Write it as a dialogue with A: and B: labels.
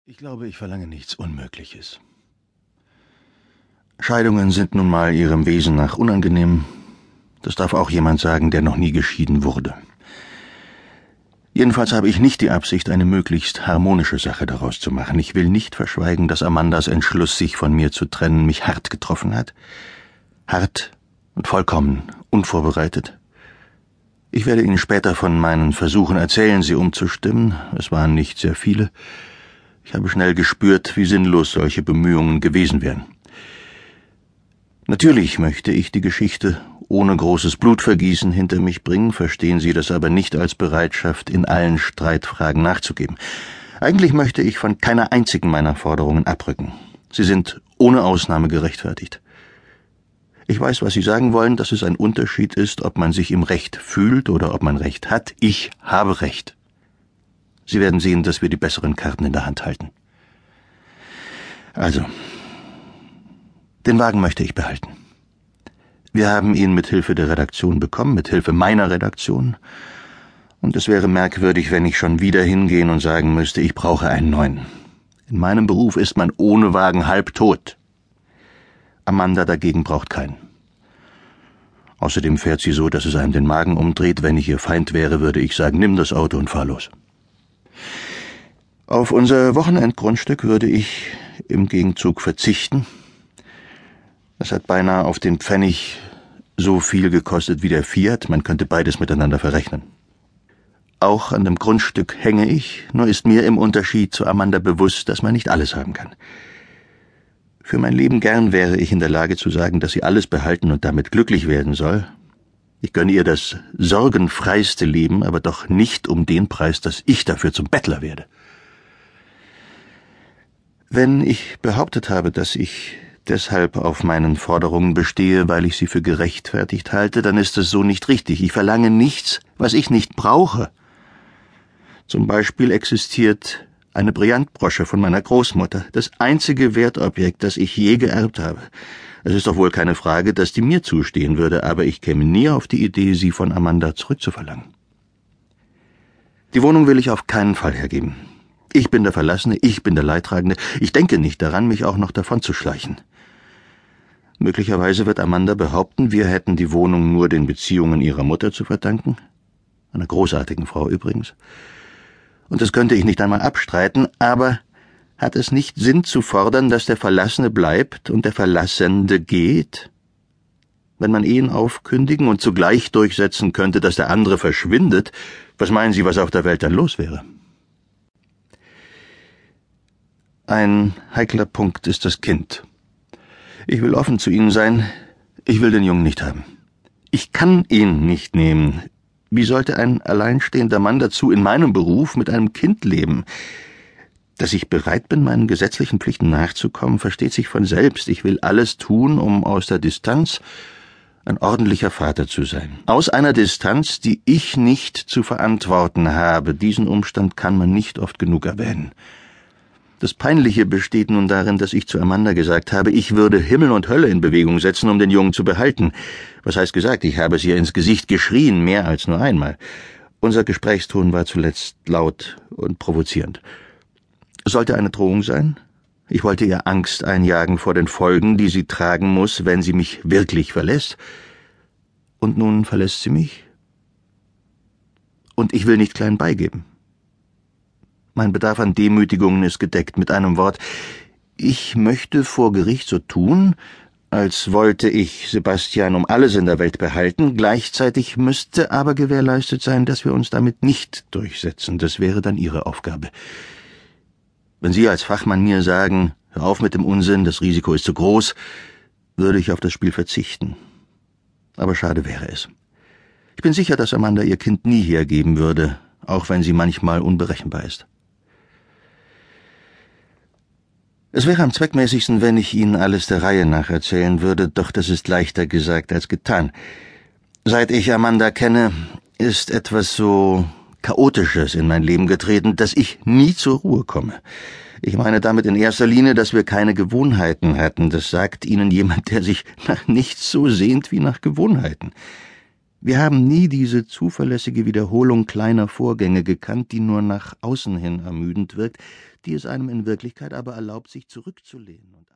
A: Ich glaube, ich verlange nichts Unmögliches. Scheidungen sind nun mal ihrem Wesen nach unangenehm. Das darf auch jemand sagen, der noch nie geschieden wurde. Jedenfalls habe ich nicht die Absicht, eine möglichst harmonische Sache daraus zu machen. Ich will nicht verschweigen, dass Amandas Entschluss, sich von mir zu trennen, mich hart getroffen hat. Hart und vollkommen unvorbereitet. Ich werde Ihnen später von meinen Versuchen erzählen, sie umzustimmen. Es waren nicht sehr viele. Ich habe schnell gespürt, wie sinnlos solche Bemühungen gewesen wären. Natürlich möchte ich die Geschichte ohne großes Blutvergießen hinter mich bringen, verstehen Sie das aber nicht als Bereitschaft, in allen Streitfragen nachzugeben. Eigentlich möchte ich von keiner einzigen meiner Forderungen abrücken. Sie sind ohne Ausnahme gerechtfertigt. Ich weiß, was Sie sagen wollen, dass es ein Unterschied ist, ob man sich im Recht fühlt oder ob man Recht hat. Ich habe Recht. Sie werden sehen, dass wir die besseren Karten in der Hand halten. Also, den Wagen möchte ich behalten. Wir haben ihn mit Hilfe der Redaktion bekommen, mit Hilfe meiner Redaktion. Und es wäre merkwürdig, wenn ich schon wieder hingehen und sagen müsste, ich brauche einen neuen. In meinem Beruf ist man ohne Wagen halbtot. Amanda dagegen braucht keinen. Außerdem fährt sie so, dass es einem den Magen umdreht. Wenn ich ihr Feind wäre, würde ich sagen, nimm das Auto und fahr los. Auf unser Wochenendgrundstück würde ich im Gegenzug verzichten. Das hat beinahe auf den Pfennig so viel gekostet wie der Fiat. Man könnte beides miteinander verrechnen. Auch an dem Grundstück hänge ich, nur ist mir im Unterschied zu Amanda bewusst, dass man nicht alles haben kann. Für mein Leben gern wäre ich in der Lage zu sagen, dass sie alles behalten und damit glücklich werden soll. Ich gönne ihr das sorgenfreiste Leben, aber doch nicht um den Preis, dass ich dafür zum Bettler werde. Wenn ich behauptet habe, dass ich deshalb auf meinen Forderungen bestehe, weil ich sie für gerechtfertigt halte, dann ist es so nicht richtig. Ich verlange nichts, was ich nicht brauche. Zum Beispiel existiert eine Brillantbrosche von meiner Großmutter, das einzige Wertobjekt, das ich je geerbt habe. Es ist doch wohl keine Frage, dass die mir zustehen würde, aber ich käme nie auf die Idee, sie von Amanda zurückzuverlangen. Die Wohnung will ich auf keinen Fall hergeben. Ich bin der Verlassene, ich bin der Leidtragende. Ich denke nicht daran, mich auch noch davon zu schleichen. Möglicherweise wird Amanda behaupten, wir hätten die Wohnung nur den Beziehungen ihrer Mutter zu verdanken. Einer großartigen Frau übrigens. Und das könnte ich nicht einmal abstreiten, aber hat es nicht Sinn zu fordern, dass der Verlassene bleibt und der Verlassende geht? Wenn man Ehen aufkündigen und zugleich durchsetzen könnte, dass der andere verschwindet, was meinen Sie, was auf der Welt dann los wäre? Ein heikler Punkt ist das Kind. Ich will offen zu Ihnen sein, ich will den Jungen nicht haben. Ich kann ihn nicht nehmen. Wie sollte ein alleinstehender Mann dazu in meinem Beruf mit einem Kind leben? Dass ich bereit bin, meinen gesetzlichen Pflichten nachzukommen, versteht sich von selbst. Ich will alles tun, um aus der Distanz ein ordentlicher Vater zu sein. Aus einer Distanz, die ich nicht zu verantworten habe. Diesen Umstand kann man nicht oft genug erwähnen. Das Peinliche besteht nun darin, dass ich zu Amanda gesagt habe, ich würde Himmel und Hölle in Bewegung setzen, um den Jungen zu behalten. Was heißt gesagt, ich habe es ihr ins Gesicht geschrien, mehr als nur einmal. Unser Gesprächston war zuletzt laut und provozierend. Es sollte eine Drohung sein? Ich wollte ihr Angst einjagen vor den Folgen, die sie tragen muss, wenn sie mich wirklich verlässt. Und nun verlässt sie mich? Und ich will nicht klein beigeben. Mein Bedarf an Demütigungen ist gedeckt. Mit einem Wort, ich möchte vor Gericht so tun, als wollte ich Sebastian um alles in der Welt behalten, gleichzeitig müsste aber gewährleistet sein, dass wir uns damit nicht durchsetzen. Das wäre dann Ihre Aufgabe. Wenn Sie als Fachmann mir sagen, hör auf mit dem Unsinn, das Risiko ist zu groß, würde ich auf das Spiel verzichten. Aber schade wäre es. Ich bin sicher, dass Amanda ihr Kind nie hergeben würde, auch wenn sie manchmal unberechenbar ist. Es wäre am zweckmäßigsten, wenn ich Ihnen alles der Reihe nach erzählen würde, doch das ist leichter gesagt als getan. Seit ich Amanda kenne, ist etwas so Chaotisches in mein Leben getreten, dass ich nie zur Ruhe komme. Ich meine damit in erster Linie, dass wir keine Gewohnheiten hatten. Das sagt Ihnen jemand, der sich nach nichts so sehnt wie nach Gewohnheiten. Wir haben nie diese zuverlässige Wiederholung kleiner Vorgänge gekannt, die nur nach außen hin ermüdend wirkt, die es einem in Wirklichkeit aber erlaubt, sich zurückzulehnen und